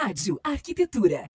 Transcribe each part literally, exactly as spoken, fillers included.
Rádio Arquitetura.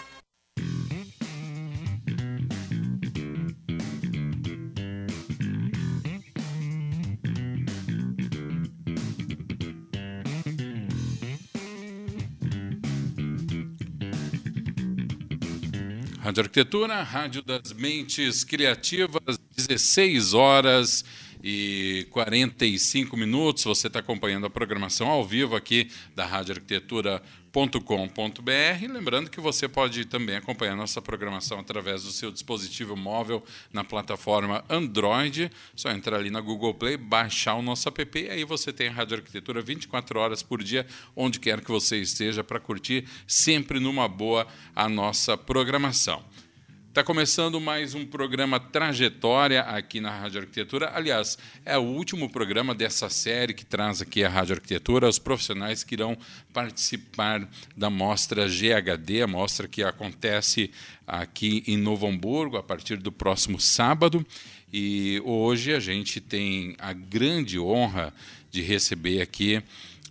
Rádio Arquitetura, Rádio das Mentes Criativas, dezesseis horas e quarenta e cinco minutos. Você está acompanhando a programação ao vivo aqui da rádio arquitetura ponto com ponto b r. Lembrando que você pode também acompanhar nossa programação através do seu dispositivo móvel na plataforma Android. Só entrar ali na Google Play, baixar o nosso app, e aí você tem a Rádio Arquitetura vinte e quatro horas por dia, onde quer que você esteja, para curtir sempre numa boa a nossa programação. Está começando mais um programa Trajetória aqui na Rádio Arquitetura. Aliás, é o último programa dessa série que traz aqui a Rádio Arquitetura os profissionais que irão participar da mostra G H D, a mostra que acontece aqui em Novo Hamburgo a partir do próximo sábado. E hoje a gente tem a grande honra de receber aqui,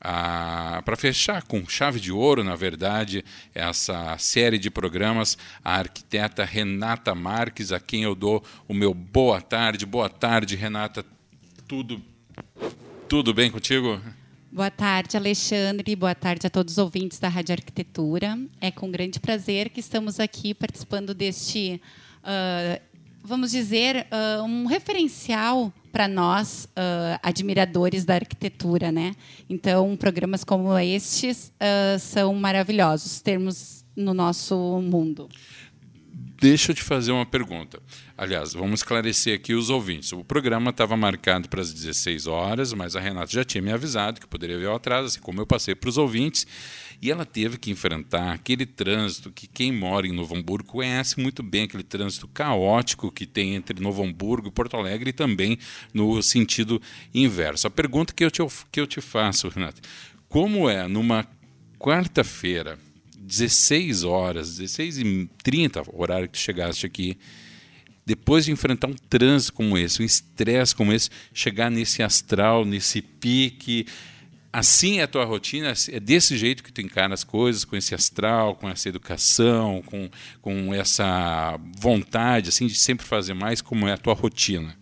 para fechar com chave de ouro, na verdade, essa série de programas, a arquiteta Renata Marques, a quem eu dou o meu boa tarde. Boa tarde, Renata. Tudo, tudo bem contigo? Boa tarde, Alexandre. Boa tarde a todos os ouvintes da Rádio Arquitetura. É com grande prazer que estamos aqui participando deste, uh, vamos dizer, uh, um referencial para nós, uh, admiradores da arquitetura, né? Então, programas como estes uh, são maravilhosos termos no nosso mundo. Deixa eu te fazer uma pergunta. Aliás, vamos esclarecer aqui os ouvintes. O programa estava marcado para as dezesseis horas, mas a Renata já tinha me avisado que poderia haver um atraso, assim como eu passei para os ouvintes. E ela teve que enfrentar aquele trânsito que quem mora em Novo Hamburgo conhece muito bem, aquele trânsito caótico que tem entre Novo Hamburgo e Porto Alegre, e também no sentido inverso. A pergunta que eu te, que eu te faço, Renata, como é numa quarta-feira, dezesseis horas, dezesseis e trinta, o horário que tu chegaste aqui, depois de enfrentar um trânsito como esse, um estresse como esse, chegar nesse astral, nesse pique, assim é a tua rotina? É desse jeito que tu encara as coisas, com esse astral, com essa educação, com, com essa vontade assim, de sempre fazer mais, como é a tua rotina?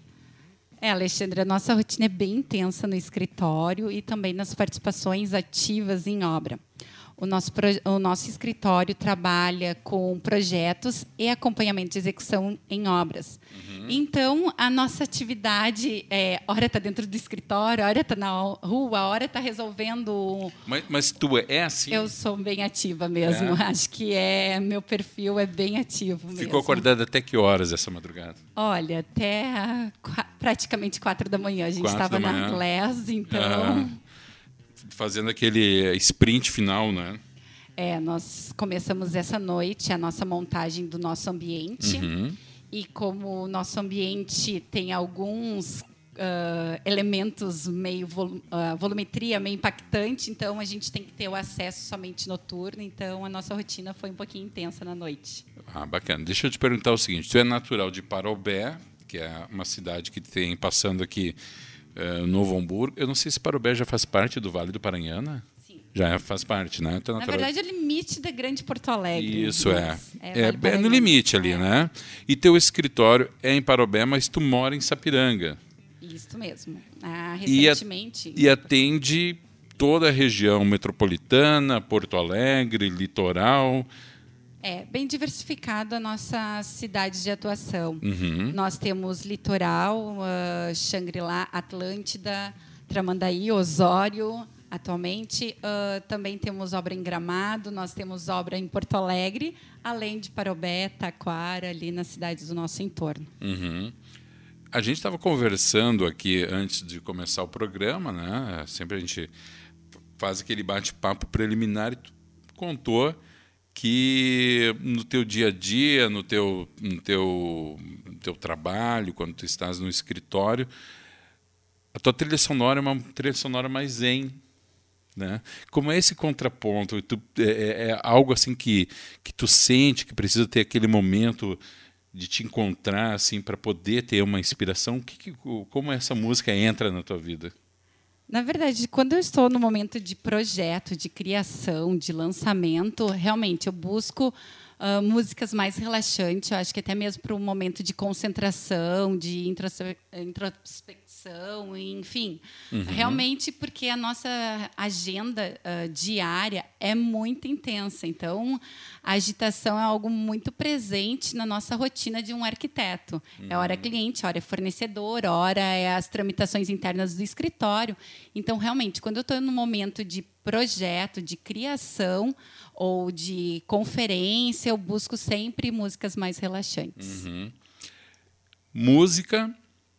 É, Alexandre, a nossa rotina é bem intensa no escritório e também nas participações ativas em obra. O nosso, o nosso escritório trabalha com projetos e acompanhamento de execução em obras. Uhum. Então, a nossa atividade, é, hora está dentro do escritório, hora está na rua, hora está resolvendo... Mas, mas tu é assim? Eu sou bem ativa mesmo. É? Acho que é, meu perfil é bem ativo mesmo. Ficou acordada até que horas essa madrugada? Olha, até praticamente quatro da manhã. A gente estava na classe, então... Ah. Fazendo aquele sprint final, né? É, nós começamos essa noite a nossa montagem do nosso ambiente. Uhum. E como o nosso ambiente tem alguns uh, elementos meio vol uh, volumetria, meio impactante, então a gente tem que ter o acesso somente noturno. Então a nossa rotina foi um pouquinho intensa na noite. Ah, bacana. Deixa eu te perguntar o seguinte: tu é natural de Parobé, que é uma cidade que tem passando aqui Uh, Novo Hamburgo. Eu não sei se Parobé já faz parte do Vale do Paranhana. Sim. Já faz parte, né? Então, na verdade, é o limite da Grande Porto Alegre. Isso, é. É, é, é no limite ali, é. né? E teu escritório é em Parobé, mas tu mora em Sapiranga. Isso mesmo. Ah, recentemente. E, a, e atende toda a região metropolitana, Porto Alegre, litoral... É bem diversificado a nossa cidade de atuação. Uhum. Nós temos litoral, uh, Xangri-Lá, Atlântida, Tramandaí, Osório, atualmente. Uh, também temos obra em Gramado, nós temos obra em Porto Alegre, além de Parobé, Taquara, ali na cidade do nosso entorno. Uhum. A gente estava conversando aqui antes de começar o programa, né? Sempre a gente faz aquele bate-papo preliminar e tu contou que no teu dia a dia, no teu, no teu, no teu trabalho, quando tu estás no escritório, a tua trilha sonora é uma trilha sonora mais zen, né? Como é esse contraponto? Tu, é, é algo assim que, que tu sente que precisa ter aquele momento de te encontrar assim, para poder ter uma inspiração? Que, que, como essa música entra na tua vida? Na verdade, quando eu estou no momento de projeto, de criação, de lançamento, realmente eu busco uh, músicas mais relaxantes. Eu acho que até mesmo para um momento de concentração, de introspecção, enfim. Uhum. Realmente porque a nossa agenda uh, diária é muito intensa. Então, a agitação é algo muito presente na nossa rotina de um arquiteto. Uhum. É hora cliente, hora é fornecedor, hora é as tramitações internas do escritório. Então, realmente, quando eu estou no momento de projeto, de criação ou de conferência, eu busco sempre músicas mais relaxantes. Uhum. Música,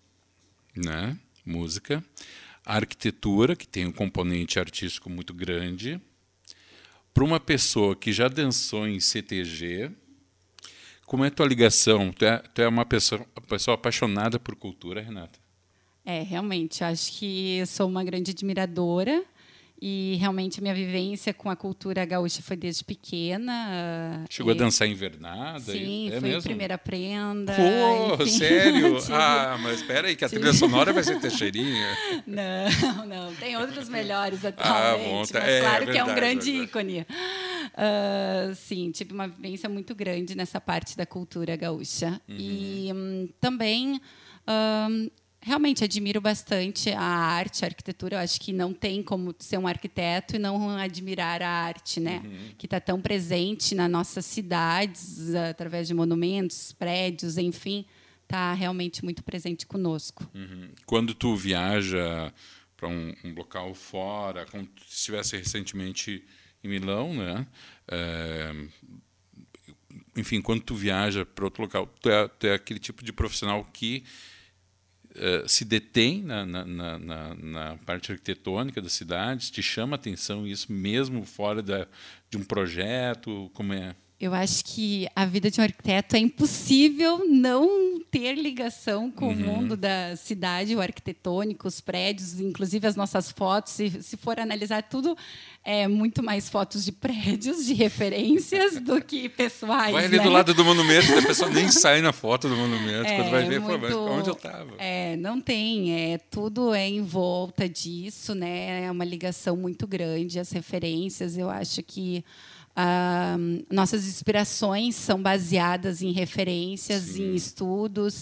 né? Música. A arquitetura, que tem um componente artístico muito grande. Para uma pessoa que já dançou em C T G, como é a tua ligação? Tu é, tu é uma pessoa, uma pessoa apaixonada por cultura, Renata? É, realmente, acho que eu sou uma grande admiradora e realmente a minha vivência com a cultura gaúcha foi desde pequena. Chegou e... a dançar invernada? Sim, é foi mesmo? primeira prenda. Pô, enfim. sério? Tive... Ah, mas espera aí, que a trilha sonora vai ser Teixeirinha. Não, não, tem outros melhores atualmente, ah, bom, tá. mas é, claro é verdade, que é um grande verdade. ícone. Uh, sim, tive uma vivência muito grande nessa parte da cultura gaúcha. Uhum. E um, também... Um, realmente admiro bastante a arte, a arquitetura. Eu acho que não tem como ser um arquiteto e não admirar a arte, né? Uhum. Que está tão presente nas nossas cidades, através de monumentos, prédios, enfim, está realmente muito presente conosco. Uhum. Quando tu viaja para um, um local fora, como tu estivesse recentemente em Milão, né? É, enfim, quando tu viaja para outro local, tu é, tu é aquele tipo de profissional que Uh, se detém na, na, na, na parte arquitetônica das cidades, te chama a atenção isso mesmo fora da, de um projeto? Como é? Eu acho que a vida de um arquiteto é impossível não ter ligação com uhum. o mundo da cidade, o arquitetônico, os prédios, inclusive as nossas fotos. Se, se for analisar tudo, é muito mais fotos de prédios, de referências, do que pessoais. Vai ali né? do lado do monumento, a pessoa nem sai na foto do monumento, é, quando vai ver, muito, pô, mas onde eu estava? É, não tem, é, tudo é em volta disso, né? É uma ligação muito grande, as referências, eu acho que Uh, nossas inspirações são baseadas em referências, Sim. em estudos,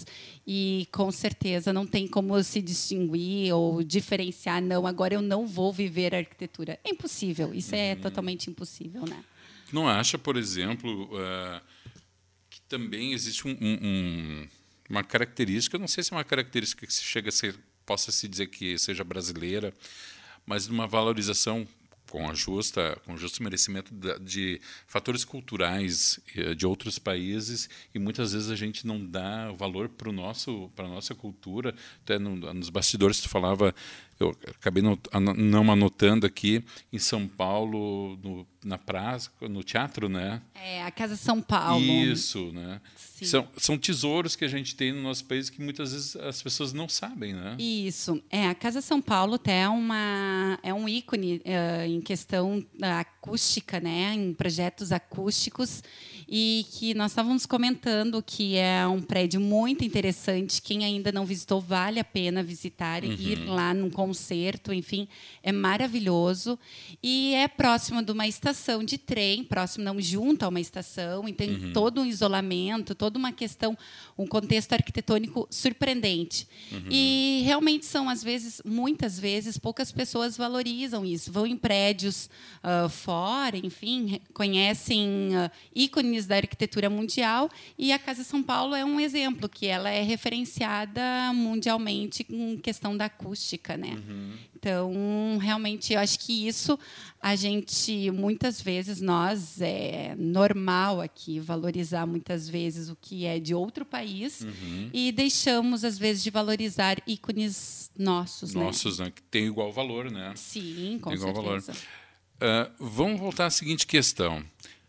e com certeza não tem como se distinguir ou diferenciar. Não, agora eu não vou viver a arquitetura. É impossível, isso uhum. é totalmente impossível, né? Não acha, por exemplo, uh, que também existe um, um, uma característica, não sei se é uma característica que se chega a ser, possa se dizer que seja brasileira, mas de uma valorização com a justa, com o justo merecimento de, de fatores culturais de outros países, e muitas vezes a gente não dá valor para o nosso, para a nossa cultura. Até no, nos bastidores tu falava, eu acabei não, não anotando aqui, em São Paulo, no, na praça, no teatro, né? É, a Casa São Paulo. Isso, né? São, são tesouros que a gente tem no nosso país que muitas vezes as pessoas não sabem, né? Isso. É, a Casa São Paulo até é, uma, é um ícone uh, em questão acústica, né? Em projetos acústicos, e que nós estávamos comentando que é um prédio muito interessante. Quem ainda não visitou, vale a pena visitar, uhum. ir lá num concerto, enfim, é maravilhoso. E é próximo de uma estação de trem, próximo, não, junto a uma estação, e tem uhum. todo um isolamento, toda uma questão, um contexto arquitetônico surpreendente. Uhum. E realmente são, às vezes, muitas vezes, poucas pessoas valorizam isso. Vão em prédios uh, fora, enfim, conhecem uh, ícones da arquitetura mundial, e a Casa São Paulo é um exemplo, que ela é referenciada mundialmente em questão da acústica, né? Uhum. Então, realmente, eu acho que isso a gente, muitas vezes, nós, é normal aqui valorizar muitas vezes o que é de outro país uhum. e deixamos, às vezes, de valorizar ícones nossos. Nossos, né? né? Que tem igual valor, né? Sim, com tem igual certeza. Valor. Uh, vamos voltar à seguinte questão.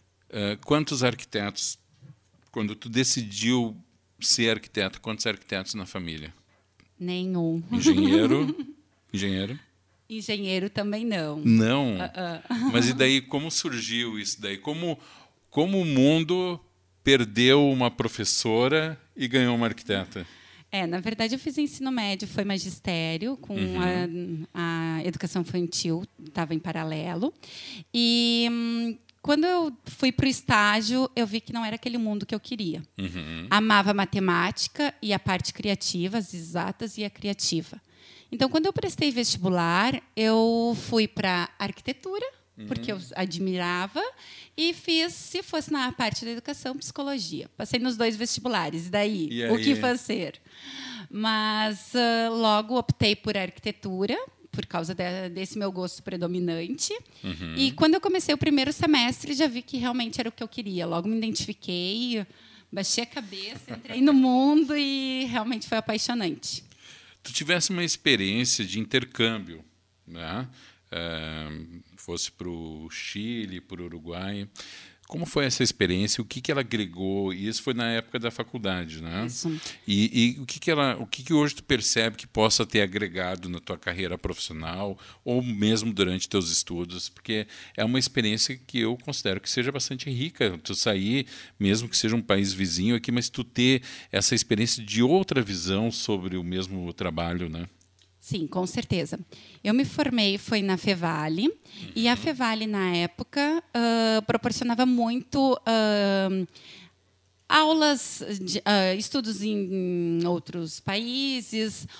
Uh, quantos arquitetos, quando tu decidiu ser arquiteto, quantos arquitetos na família? Nenhum. Engenheiro? Engenheiro? Engenheiro também não. Não? Uh -uh. Mas e daí, como surgiu isso daí? Como, como o mundo perdeu uma professora e ganhou uma arquiteta? É, na verdade, eu fiz ensino médio, foi magistério, com uhum. a, a educação infantil, estava em paralelo. E hum, quando eu fui para o estágio, eu vi que não era aquele mundo que eu queria. Uhum. Amava matemática e a parte criativa, as exatas e a criativa. Então, quando eu prestei vestibular, eu fui para arquitetura, porque eu admirava, e fiz, se fosse na parte da educação, psicologia. Passei nos dois vestibulares, e daí? E o que fazer? Mas uh, logo optei por arquitetura, por causa de, desse meu gosto predominante. Uhum. E quando eu comecei o primeiro semestre, já vi que realmente era o que eu queria. Logo me identifiquei, baixei a cabeça, entrei no mundo e realmente foi apaixonante. Tu tivesse uma experiência de intercâmbio, né? É, fosse para o Chile, para o Uruguai. Como foi essa experiência? O que, que ela agregou? E isso foi na época da faculdade, né? Isso. E, e o que, que ela, o que, que hoje tu percebe que possa ter agregado na tua carreira profissional ou mesmo durante teus estudos? Porque é uma experiência que eu considero que seja bastante rica. Tu sair, mesmo que seja um país vizinho aqui, mas tu ter essa experiência de outra visão sobre o mesmo trabalho, né? Sim, com certeza. Eu me formei, foi na Fevale, uhum. e a Fevale, na época, uh, proporcionava muito uh, aulas, de, uh, estudos em outros países,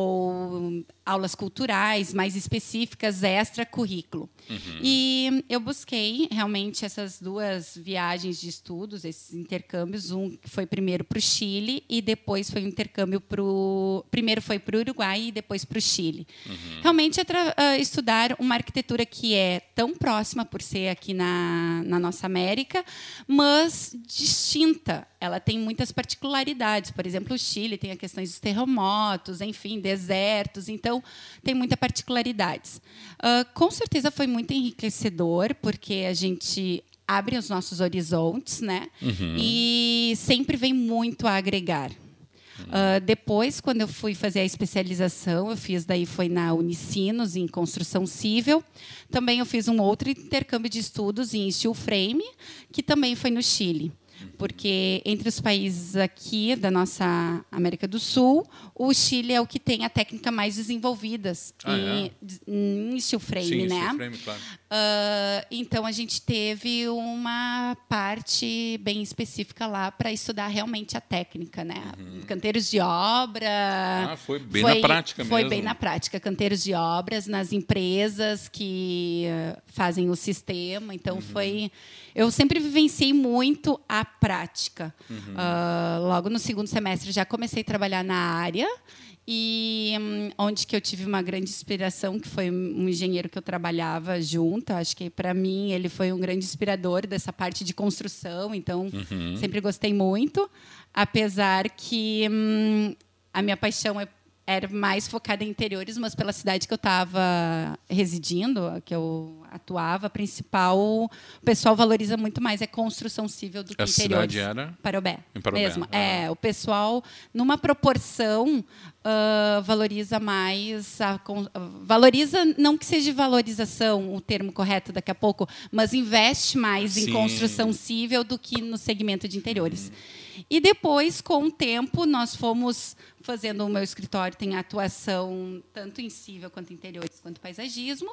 ou aulas culturais mais específicas, extra-currículo. Uhum. E eu busquei, realmente, essas duas viagens de estudos, esses intercâmbios. Um foi primeiro para o Chile e depois foi um intercâmbio para o... Primeiro foi para o Uruguai e depois para o Chile. Uhum. Realmente, é tra... uh, estudar uma arquitetura que é tão próxima, por ser aqui na, na nossa América, mas distinta. Ela tem muitas particularidades. Por exemplo, o Chile tem a questão dos terremotos, enfim, desertos. Então, tem muitas particularidades. Uh, com certeza foi muito enriquecedor, porque a gente abre os nossos horizontes, né? Uhum. E sempre vem muito a agregar. Uh, depois, quando eu fui fazer a especialização, eu fiz daí foi na Unicinos, em construção civil. Também eu fiz um outro intercâmbio de estudos em steel frame, que também foi no Chile. Porque entre os países aqui da nossa América do Sul, o Chile é o que tem a técnica mais desenvolvida ah, em, é? em steel frame, Sim, né? Steel frame, claro. Uh, então a gente teve uma parte bem específica lá para estudar realmente a técnica, né? Uhum. Canteiros de obra. Ah, foi bem foi, na prática foi mesmo. Foi bem na prática, canteiros de obras nas empresas que uh, fazem o sistema. Então uhum. foi. Eu sempre vivenciei muito a prática. Uhum. Uh, logo no segundo semestre já comecei a trabalhar na área e um, onde que eu tive uma grande inspiração, que foi um engenheiro que eu trabalhava junto. Acho que para mim ele foi um grande inspirador dessa parte de construção. Então uhum. sempre gostei muito, apesar que hum, a minha paixão é era mais focada em interiores, mas pela cidade que eu estava residindo, que eu atuava, a principal, o pessoal valoriza muito mais é construção civil do que a interiores. A cidade era? Parobé. Em Parobé. Mesmo. Ah. É, o pessoal, numa proporção, uh, valoriza mais... A, valoriza, não que seja valorização o termo correto daqui a pouco, mas investe mais Sim. em construção civil do que no segmento de interiores. Hum. E depois, com o tempo, nós fomos fazendo... O meu escritório tem atuação tanto em civil, quanto em interiores, quanto paisagismo.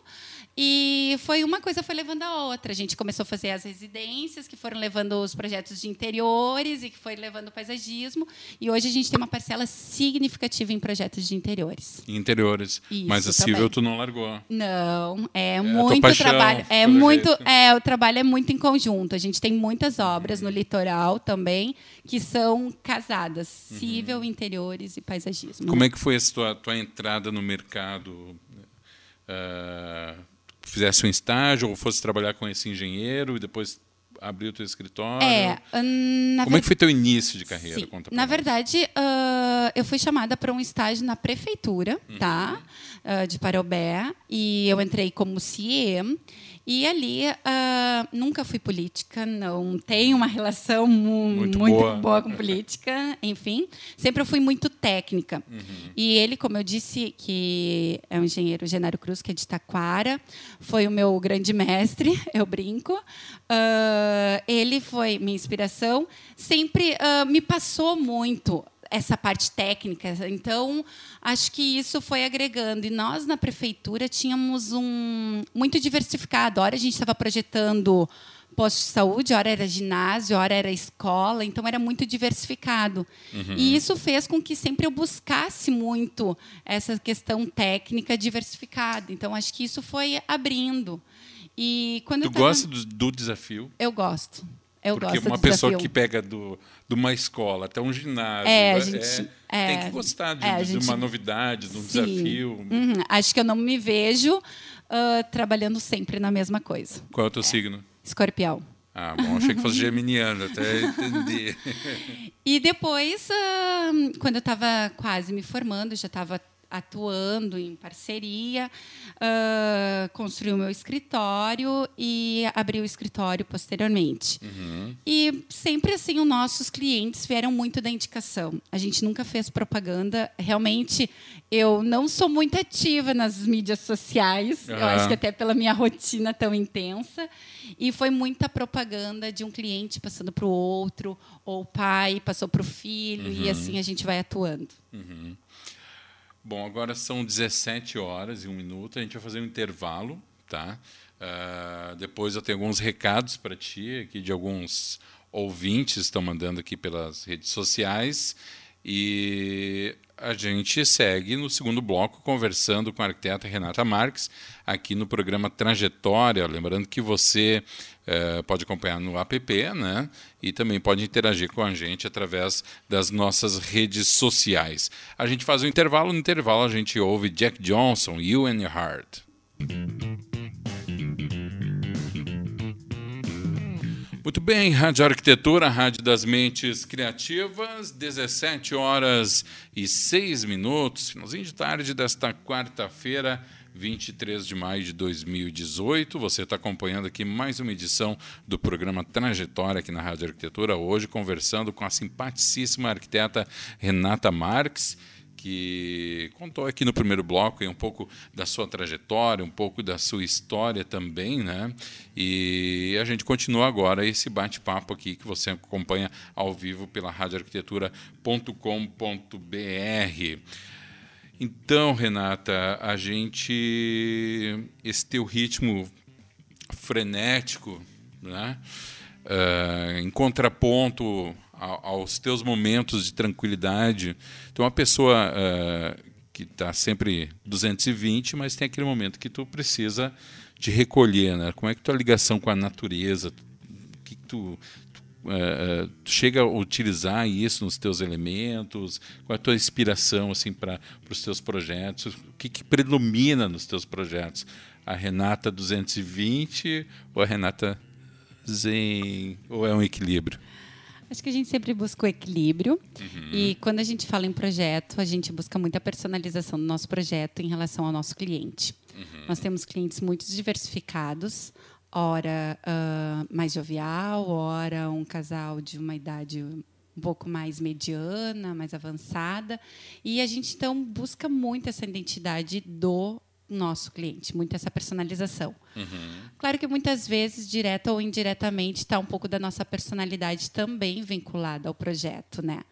E foi uma coisa foi levando a outra. A gente começou a fazer as residências, que foram levando os projetos de interiores e que foi levando o paisagismo. E hoje a gente tem uma parcela significativa em projetos de interiores. Interiores. Isso, mas a civil tu não largou. Não, é, é muito paixão, trabalho. É muito, é, o trabalho é muito em conjunto. A gente tem muitas obras no litoral também, que são casadas, civil, uhum. interiores e paisagismo. Como é que foi a tua, tua entrada no mercado? Uh, fizesse um estágio ou fosse trabalhar com esse engenheiro e depois abriu o teu escritório? É, na Como ver... é que foi teu início de carreira? Sim, Conta na nós. verdade, uh, eu fui chamada para um estágio na prefeitura, uhum. tá? Uh, de Parobé, e eu entrei como C I E. E ali, uh, nunca fui política, não tenho uma relação mu muito, muito boa. boa com política, enfim. Sempre eu fui muito técnica. Uhum. E ele, como eu disse, que é o engenheiro Genaro Cruz, que é de Taquara, foi o meu grande mestre, eu brinco. Uh, ele foi minha inspiração, sempre uh, me passou muito essa parte técnica. Então, acho que isso foi agregando. E nós, na prefeitura, tínhamos um muito diversificado. Ora, a gente estava projetando posto de saúde, ora era ginásio, ora era escola, então era muito diversificado. Uhum. E isso fez com que sempre eu buscasse muito essa questão técnica diversificada. Então, acho que isso foi abrindo. E quando tu eu tava... gosta do, do desafio? Eu gosto. Eu Porque gosto uma do pessoa desafio. que pega do, de uma escola até um ginásio, é, a é, gente, é, é, tem que gostar de, é, de gente, uma novidade, de um sim. desafio. Uhum. Acho que eu não me vejo uh, trabalhando sempre na mesma coisa. Qual é o teu é. signo? Escorpião. Ah, bom, achei que fosse geminiano, até entendi. E depois, uh, quando eu estava quase me formando, já estava atuando em parceria, uh, construí o meu escritório e abri o escritório posteriormente. Uhum. E sempre assim, os nossos clientes vieram muito da indicação. A gente nunca fez propaganda. Realmente, eu não sou muito ativa nas mídias sociais. Uhum. Eu acho que até pela minha rotina tão intensa. E foi muita propaganda de um cliente passando para o outro, ou o pai passou para o filho, uhum. e assim a gente vai atuando. Uhum. Bom, agora são dezessete horas e um minuto. A gente vai fazer um intervalo, tá? Uh, depois eu tenho alguns recados para ti aqui de alguns ouvintes que estão mandando aqui pelas redes sociais. E a gente segue no segundo bloco conversando com a arquiteta Renata Marques aqui no programa Trajetória. Lembrando que você eh, pode acompanhar no app, né? E também pode interagir com a gente através das nossas redes sociais. A gente faz um intervalo, no intervalo a gente ouve Jack Johnson, You and Your Heart. Muito bem, Rádio Arquitetura, Rádio das Mentes Criativas, dezessete horas e seis minutos, finalzinho de tarde desta quarta-feira, vinte e três de maio de dois mil e dezoito. Você está acompanhando aqui mais uma edição do programa Trajetória aqui na Rádio Arquitetura, hoje conversando com a simpaticíssima arquiteta Renata Marques, que contou aqui no primeiro bloco um pouco da sua trajetória, um pouco da sua história também, né? E a gente continua agora esse bate-papo aqui que você acompanha ao vivo pela rádio arquitetura ponto com ponto b r. Então, Renata, a gente... esse teu ritmo frenético, né? Uh, em contraponto aos teus momentos de tranquilidade. Então, uma pessoa uh, que está sempre duzentos e vinte, mas tem aquele momento que tu precisa de recolher, né? Como é que tua ligação com a natureza, o que, que tu, tu, uh, tu chega a utilizar isso nos teus elementos? Qual é a tua inspiração assim, para os teus projetos? O que, que predomina nos teus projetos? A Renata duzentos e vinte ou a Renata Zen? Ou é um equilíbrio? Acho que a gente sempre busca o equilíbrio. Uhum. E quando a gente fala em projeto, a gente busca muita personalização do nosso projeto em relação ao nosso cliente. Uhum. Nós temos clientes muito diversificados, ora uh, mais jovial, ora um casal de uma idade um pouco mais mediana, mais avançada. E a gente, então, busca muito essa identidade do nosso cliente, muito essa personalização. Uhum. Claro que muitas vezes, direta ou indiretamente, está um pouco da nossa personalidade também vinculada ao projeto, né?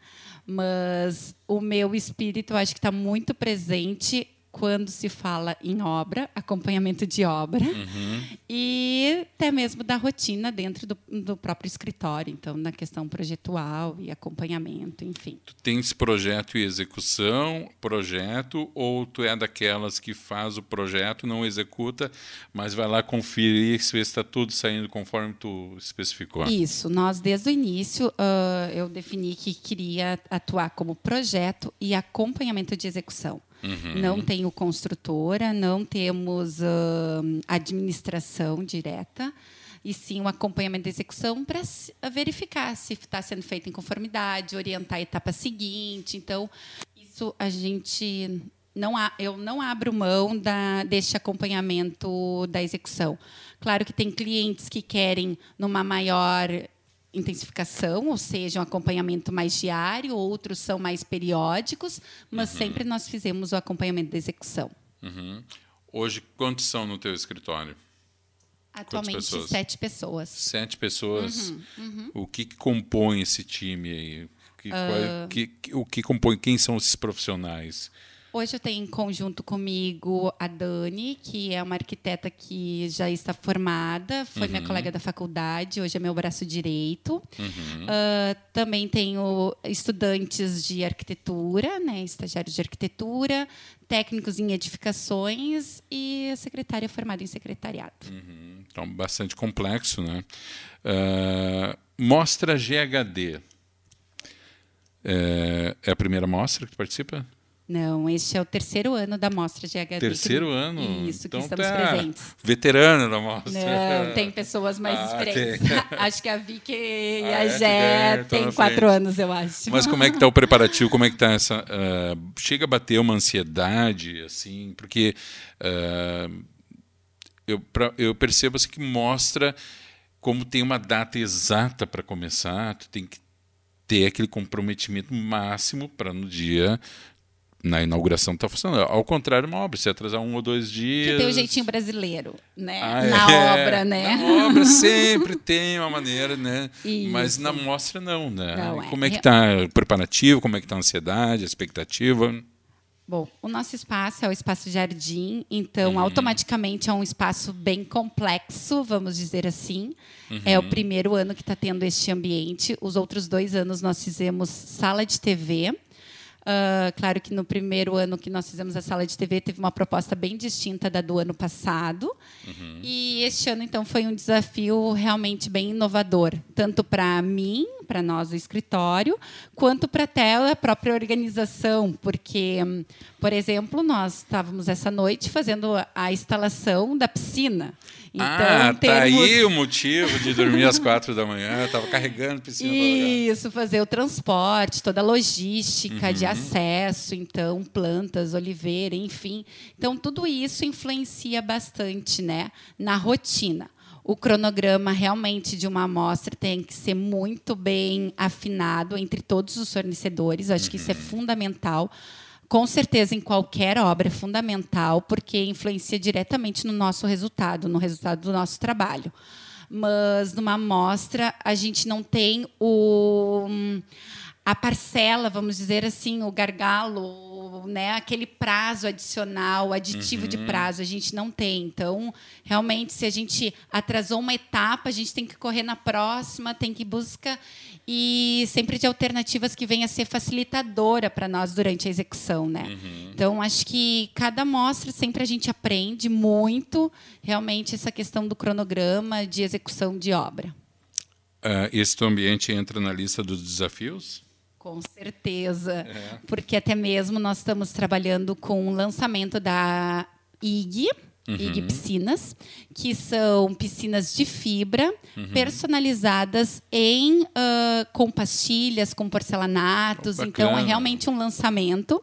Mas o meu espírito, eu acho que está muito presente quando se fala em obra, acompanhamento de obra, uhum. e até mesmo da rotina dentro do, do próprio escritório, então, na questão projetual e acompanhamento, enfim. Tu tens projeto e execução, projeto, ou tu é daquelas que faz o projeto, não executa, mas vai lá conferir se está tudo saindo conforme tu especificou? Isso. Nós, desde o início, uh, eu defini que queria atuar como projeto e acompanhamento de execução. Uhum. Não tenho construtora, não temos uh, administração direta, e sim um acompanhamento da execução para verificar se está sendo feito em conformidade, orientar a etapa seguinte. Então, isso a gente não há, eu não abro mão da, deste acompanhamento da execução. Claro que tem clientes que querem numa maior intensificação, ou seja, um acompanhamento mais diário, outros são mais periódicos, mas uhum. sempre nós fizemos o acompanhamento da execução. Uhum. Hoje, quantos são no teu escritório? Atualmente, pessoas? sete pessoas. Sete pessoas. Uhum. Uhum. O que, que compõe esse time aí? Que, uh, que, que, o que compõe, quem são esses profissionais? Hoje eu tenho em conjunto comigo a Dani, que é uma arquiteta que já está formada, foi uhum. minha colega da faculdade, hoje é meu braço direito. Uhum. Uh, também tenho estudantes de arquitetura, né, estagiários de arquitetura, técnicos em edificações e a secretária formada em secretariado. Uhum. Então, bastante complexo, né? Uh, mostra G H D. É, é a primeira mostra que tu participa? Não, este é o terceiro ano da mostra G H D. Terceiro que, ano? Isso, então que estamos tá presentes. Veterana da mostra. Não, tem pessoas mais ah, experientes. Acho que a Vicky e ah, a é, Gé têm quatro anos, eu acho. Mas como é que está o preparativo? Como é que está essa... Uh, chega a bater uma ansiedade, assim, porque uh, eu, pra, eu percebo assim, que mostra como tem uma data exata para começar, tu tem que ter aquele comprometimento máximo para no dia... Na inauguração está funcionando. Ao contrário, uma obra, se atrasar um ou dois dias... Que tem o jeitinho brasileiro, né? Ah, na é. obra, né? Na obra sempre tem uma maneira, né? Isso. Mas na mostra não, né? Não, como é. é que está o preparativo, como é que está a ansiedade, a expectativa? Bom, o nosso espaço é o espaço Jardim, então uhum. automaticamente é um espaço bem complexo, vamos dizer assim. Uhum. É o primeiro ano que está tendo este ambiente. Os outros dois anos nós fizemos sala de T V. Uh, claro que no primeiro ano que nós fizemos a sala de T V teve uma proposta bem distinta da do ano passado. Uhum. E este ano, então, foi um desafio realmente bem inovador, tanto para mim, para nós do escritório, quanto para até a própria organização, porque, por exemplo, nós estávamos essa noite fazendo a instalação da piscina. Então, ah, temos... tá aí o motivo de dormir às quatro da manhã, estava carregando piscina. Isso, fazer o transporte, toda a logística uhum. de acesso, então, plantas, oliveira, enfim. Então, tudo isso influencia bastante, né, na rotina. O cronograma realmente de uma amostra tem que ser muito bem afinado entre todos os fornecedores. Acho uhum. que isso é fundamental. Com certeza, em qualquer obra é fundamental, porque influencia diretamente no nosso resultado, no resultado do nosso trabalho. Mas, numa amostra, a gente não tem o, a parcela, vamos dizer assim, o gargalo, né? Aquele prazo adicional, aditivo uhum. de prazo, a gente não tem. Então, realmente, se a gente atrasou uma etapa, a gente tem que correr na próxima, tem que buscar... E sempre de alternativas que venham a ser facilitadora para nós durante a execução, né? Uhum. Então, acho que cada mostra sempre a gente aprende muito, realmente, essa questão do cronograma de execução de obra. Uh, esse teu ambiente entra na lista dos desafios? Com certeza, é. Porque até mesmo nós estamos trabalhando com o lançamento da I G, Uhum. I G Piscinas, que são piscinas de fibra, uhum. personalizadas em, uh, com pastilhas, com porcelanatos. Oh, então, é realmente um lançamento.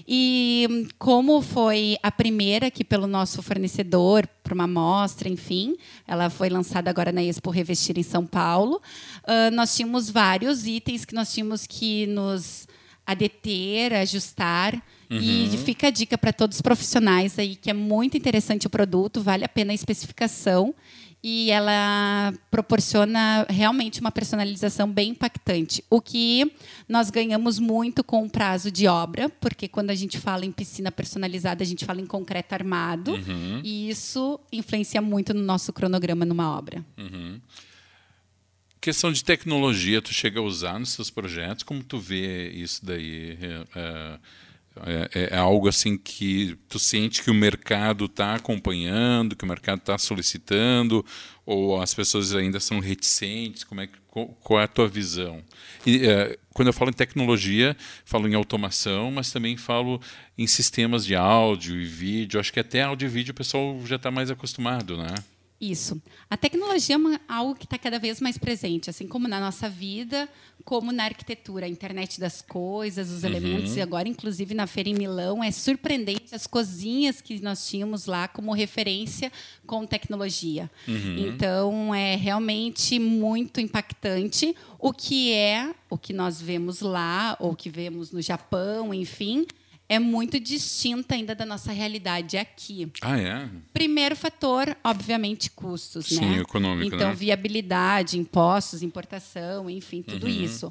E como foi a primeira aqui pelo nosso fornecedor, para uma amostra, enfim, ela foi lançada agora na Expo Revestir em São Paulo, uh, nós tínhamos vários itens que nós tínhamos que nos adeter, ajustar. Uhum. E fica a dica para todos os profissionais aí que é muito interessante o produto, vale a pena a especificação e ela proporciona realmente uma personalização bem impactante. O que nós ganhamos muito com o prazo de obra, porque quando a gente fala em piscina personalizada, a gente fala em concreto armado, uhum. e isso influencia muito no nosso cronograma numa obra. Uhum. Questão de tecnologia, tu chega a usar nos seus projetos? Como tu vê isso daí? É, é, é algo assim que tu sente que o mercado está acompanhando, que o mercado está solicitando, ou as pessoas ainda são reticentes? Como é, qual, qual é a tua visão? E, é, quando eu falo em tecnologia, falo em automação, mas também falo em sistemas de áudio e vídeo. Acho que até áudio e vídeo o pessoal já está mais acostumado, né? Isso. A tecnologia é uma, algo que está cada vez mais presente, assim como na nossa vida, como na arquitetura, a internet das coisas, os uhum. elementos. E agora, inclusive, na feira em Milão, é surpreendente as cozinhas que nós tínhamos lá como referência com tecnologia. Uhum. Então, é realmente muito impactante o que é, o que nós vemos lá, ou que vemos no Japão, enfim, é muito distinta ainda da nossa realidade aqui. Ah, é? Primeiro fator, obviamente, custos. Sim, né? econômico, Então, né? viabilidade, impostos, importação, enfim, tudo Uhum. isso.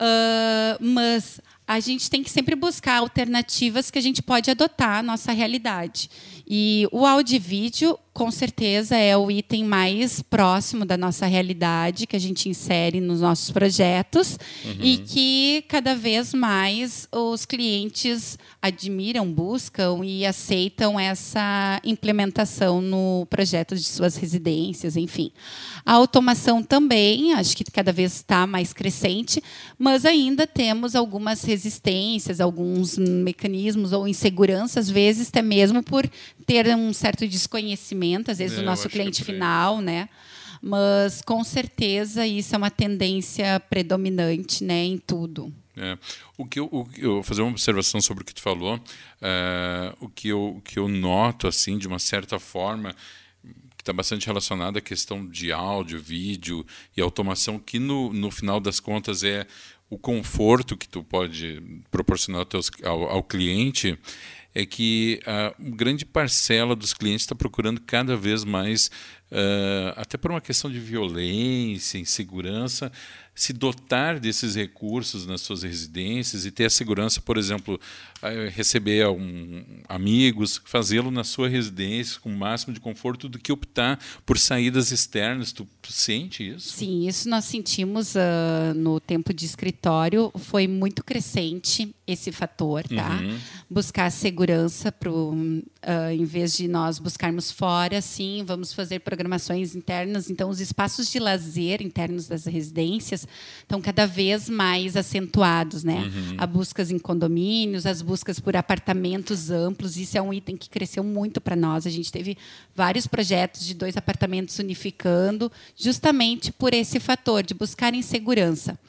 Uh, mas a gente tem que sempre buscar alternativas que a gente pode adotar à nossa realidade. E o áudio e vídeo, com certeza, é o item mais próximo da nossa realidade que a gente insere nos nossos projetos Uhum. e que cada vez mais os clientes admiram, buscam e aceitam essa implementação no projeto de suas residências, enfim. A automação também, acho que cada vez está mais crescente, mas ainda temos algumas resistências, alguns mecanismos ou insegurança, às vezes até mesmo por ter um certo desconhecimento, às vezes, É, do eu nosso acho que é cliente por aí. final, né? Mas, com certeza, isso é uma tendência predominante, né, em tudo. É. O que eu, o que eu vou fazer uma observação sobre o que tu falou, é, o que eu, o que eu noto, assim, de uma certa forma, que está bastante relacionado à questão de áudio, vídeo e automação, que no, no final das contas é o conforto que tu pode proporcionar ao, teus, ao, ao cliente, é que a grande parcela dos clientes está procurando cada vez mais, uh, até por uma questão de violência, insegurança, se dotar desses recursos nas suas residências e ter a segurança, por exemplo, receber um, amigos, fazê-lo na sua residência com o máximo de conforto do que optar por saídas externas. Tu, tu sente isso? Sim, isso nós sentimos uh, no tempo de escritório. Foi muito crescente esse fator, tá? Uhum. Buscar segurança, pro, uh, em vez de nós buscarmos fora, sim, vamos fazer programações internas. Então, os espaços de lazer internos das residências estão cada vez mais acentuados, né? Uhum. Há buscas em condomínios, as buscas por apartamentos amplos. Isso é um item que cresceu muito para nós. A gente teve vários projetos de dois apartamentos unificando, justamente por esse fator de buscar em segurança.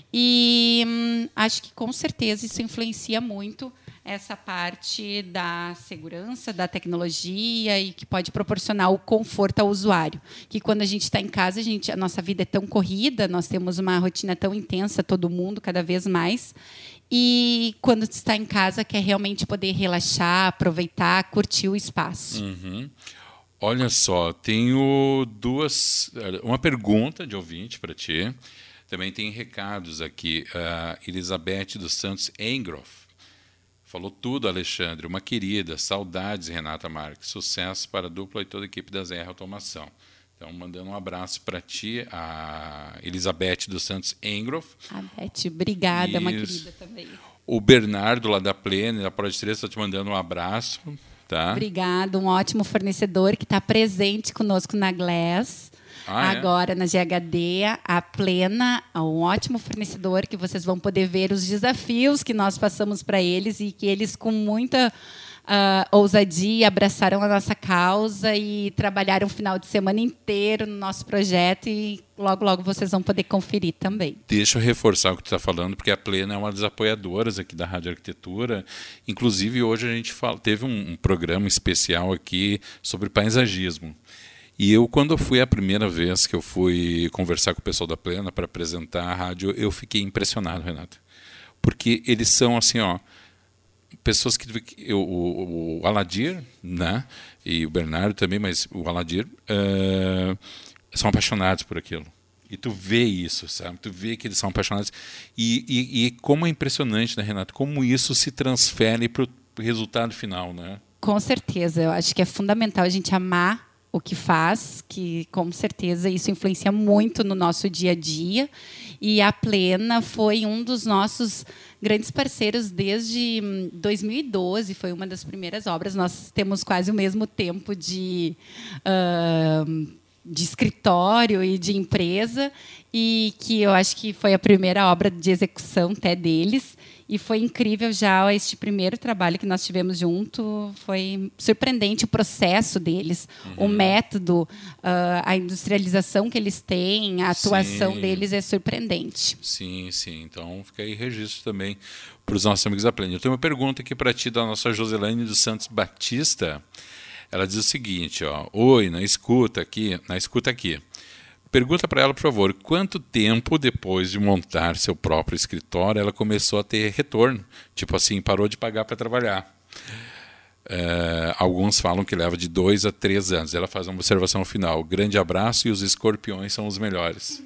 E hum, acho que, com certeza, isso influencia muito essa parte da segurança, da tecnologia e que pode proporcionar o conforto ao usuário. Que quando a gente está em casa, a, gente, a nossa vida é tão corrida, nós temos uma rotina tão intensa, todo mundo, cada vez mais. E quando está em casa, quer realmente poder relaxar, aproveitar, curtir o espaço. Uhum. Olha só, tenho duas, uma pergunta de ouvinte para ti. Também tem recados aqui. A Elizabeth dos Santos Engroff falou tudo, Alexandre. Uma querida. Saudades, Renata Marques. Sucesso para a dupla e toda a equipe da Z R Automação. Então, mandando um abraço para ti, a Elizabeth dos Santos Engroff. A Beth, obrigada, é uma Isso. querida também. O Bernardo, lá da Plena, da Prod três, está te mandando um abraço. Tá? Obrigada, um ótimo fornecedor que está presente conosco na Glass. Ah, é? Agora, na G H D, a Plena, um ótimo fornecedor que vocês vão poder ver os desafios que nós passamos para eles e que eles, com muita uh, ousadia, abraçaram a nossa causa e trabalharam o final de semana inteiro no nosso projeto e logo, logo vocês vão poder conferir também. Deixa eu reforçar o que tu está falando, porque a Plena é uma das apoiadoras aqui da Rádio Arquitetura. Inclusive, hoje a gente fala, teve um, um programa especial aqui sobre paisagismo. E eu, quando eu fui a primeira vez que eu fui conversar com o pessoal da Plena para apresentar a rádio, eu fiquei impressionado, Renata. Porque eles são assim, ó, pessoas que... Eu, o, o Aladir, né, e o Bernardo também, mas o Aladir, uh, são apaixonados por aquilo. E tu vê isso, sabe? Tu vê que eles são apaixonados. E, e, e como é impressionante, né, Renata? Como isso se transfere para o resultado final, né? Com certeza. Eu acho que é fundamental a gente amar o que faz, que com certeza isso influencia muito no nosso dia a dia. E a Plena foi um dos nossos grandes parceiros desde dois mil e doze, foi uma das primeiras obras. Nós temos quase o mesmo tempo de, uh, de escritório e de empresa, e que eu acho que foi a primeira obra de execução até deles. E foi incrível já este primeiro trabalho que nós tivemos junto. Foi surpreendente o processo deles, uhum. o método, uh, a industrialização que eles têm, a atuação sim. deles é surpreendente. Sim, sim. Então, fica aí registro também para os nossos amigos da Plena. Eu tenho uma pergunta aqui para ti da nossa Joselane dos Santos Batista. Ela diz o seguinte, ó, oi, na escuta aqui, na escuta aqui. Pergunta para ela, por favor, quanto tempo depois de montar seu próprio escritório ela começou a ter retorno? Tipo assim, parou de pagar para trabalhar. É, alguns falam que leva de dois a três anos. Ela faz uma observação final. Grande abraço e os escorpiões são os melhores.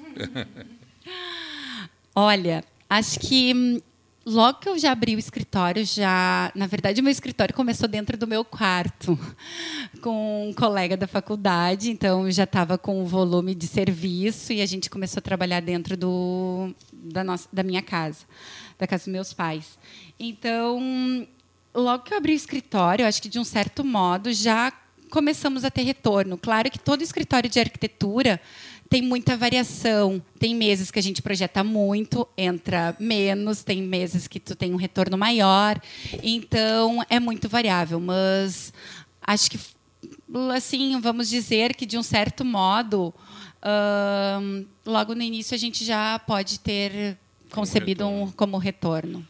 Olha, acho que logo que eu já abri o escritório, já, na verdade, o meu escritório começou dentro do meu quarto, com um colega da faculdade, então já estava com o volume de serviço e a gente começou a trabalhar dentro do, da, nossa, da minha casa, da casa dos meus pais. Então, logo que eu abri o escritório, acho que de um certo modo já começamos a ter retorno. Claro que todo escritório de arquitetura tem muita variação. Tem meses que a gente projeta muito, entra menos, tem meses que tu tem um retorno maior. Então, é muito variável. Mas acho que, assim, vamos dizer que, de um certo modo, hum, logo no início a gente já pode ter concebido um, como retorno.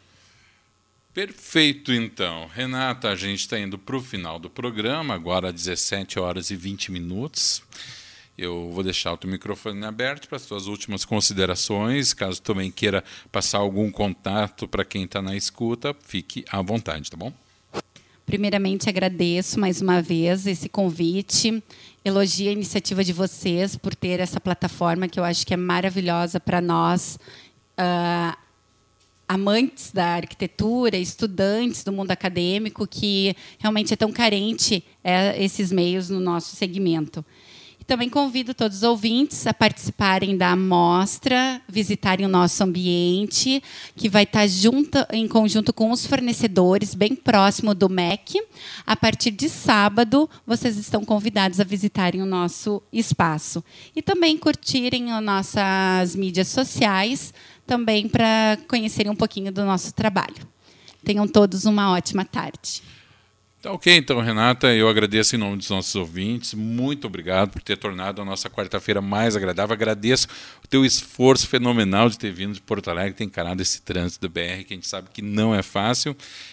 Perfeito, então. Renata, a gente está indo para o final do programa, agora às dezessete horas e vinte minutos. Eu vou deixar o teu microfone aberto para as tuas últimas considerações. Caso também queira passar algum contato para quem está na escuta, fique à vontade, tá bom? Primeiramente, agradeço mais uma vez esse convite. Elogio a iniciativa de vocês por ter essa plataforma que eu acho que é maravilhosa para nós, uh, amantes da arquitetura, estudantes do mundo acadêmico, que realmente é tão carente é, esses meios no nosso segmento. Também convido todos os ouvintes a participarem da amostra, visitarem o nosso ambiente, que vai estar junto, em conjunto com os fornecedores, bem próximo do M E C. A partir de sábado, vocês estão convidados a visitarem o nosso espaço. E também curtirem as nossas mídias sociais, também para conhecerem um pouquinho do nosso trabalho. Tenham todos uma ótima tarde. Tá ok, então, Renata, eu agradeço em nome dos nossos ouvintes, muito obrigado por ter tornado a nossa quarta-feira mais agradável, agradeço o teu esforço fenomenal de ter vindo de Porto Alegre, ter encarado esse trânsito do B R, que a gente sabe que não é fácil,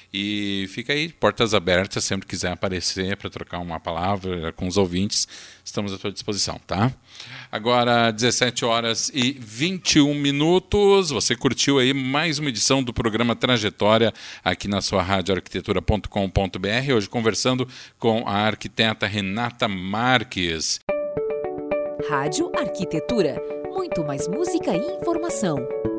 e fica aí, portas abertas, sempre quiser aparecer para trocar uma palavra com os ouvintes, estamos à tua disposição, tá? Agora, dezessete horas e vinte e um minutos, você curtiu aí mais uma edição do programa Trajetória aqui na sua rádio arquitetura ponto com ponto b r, hoje conversando com a arquiteta Renata Marques. Rádio Arquitetura, muito mais música e informação.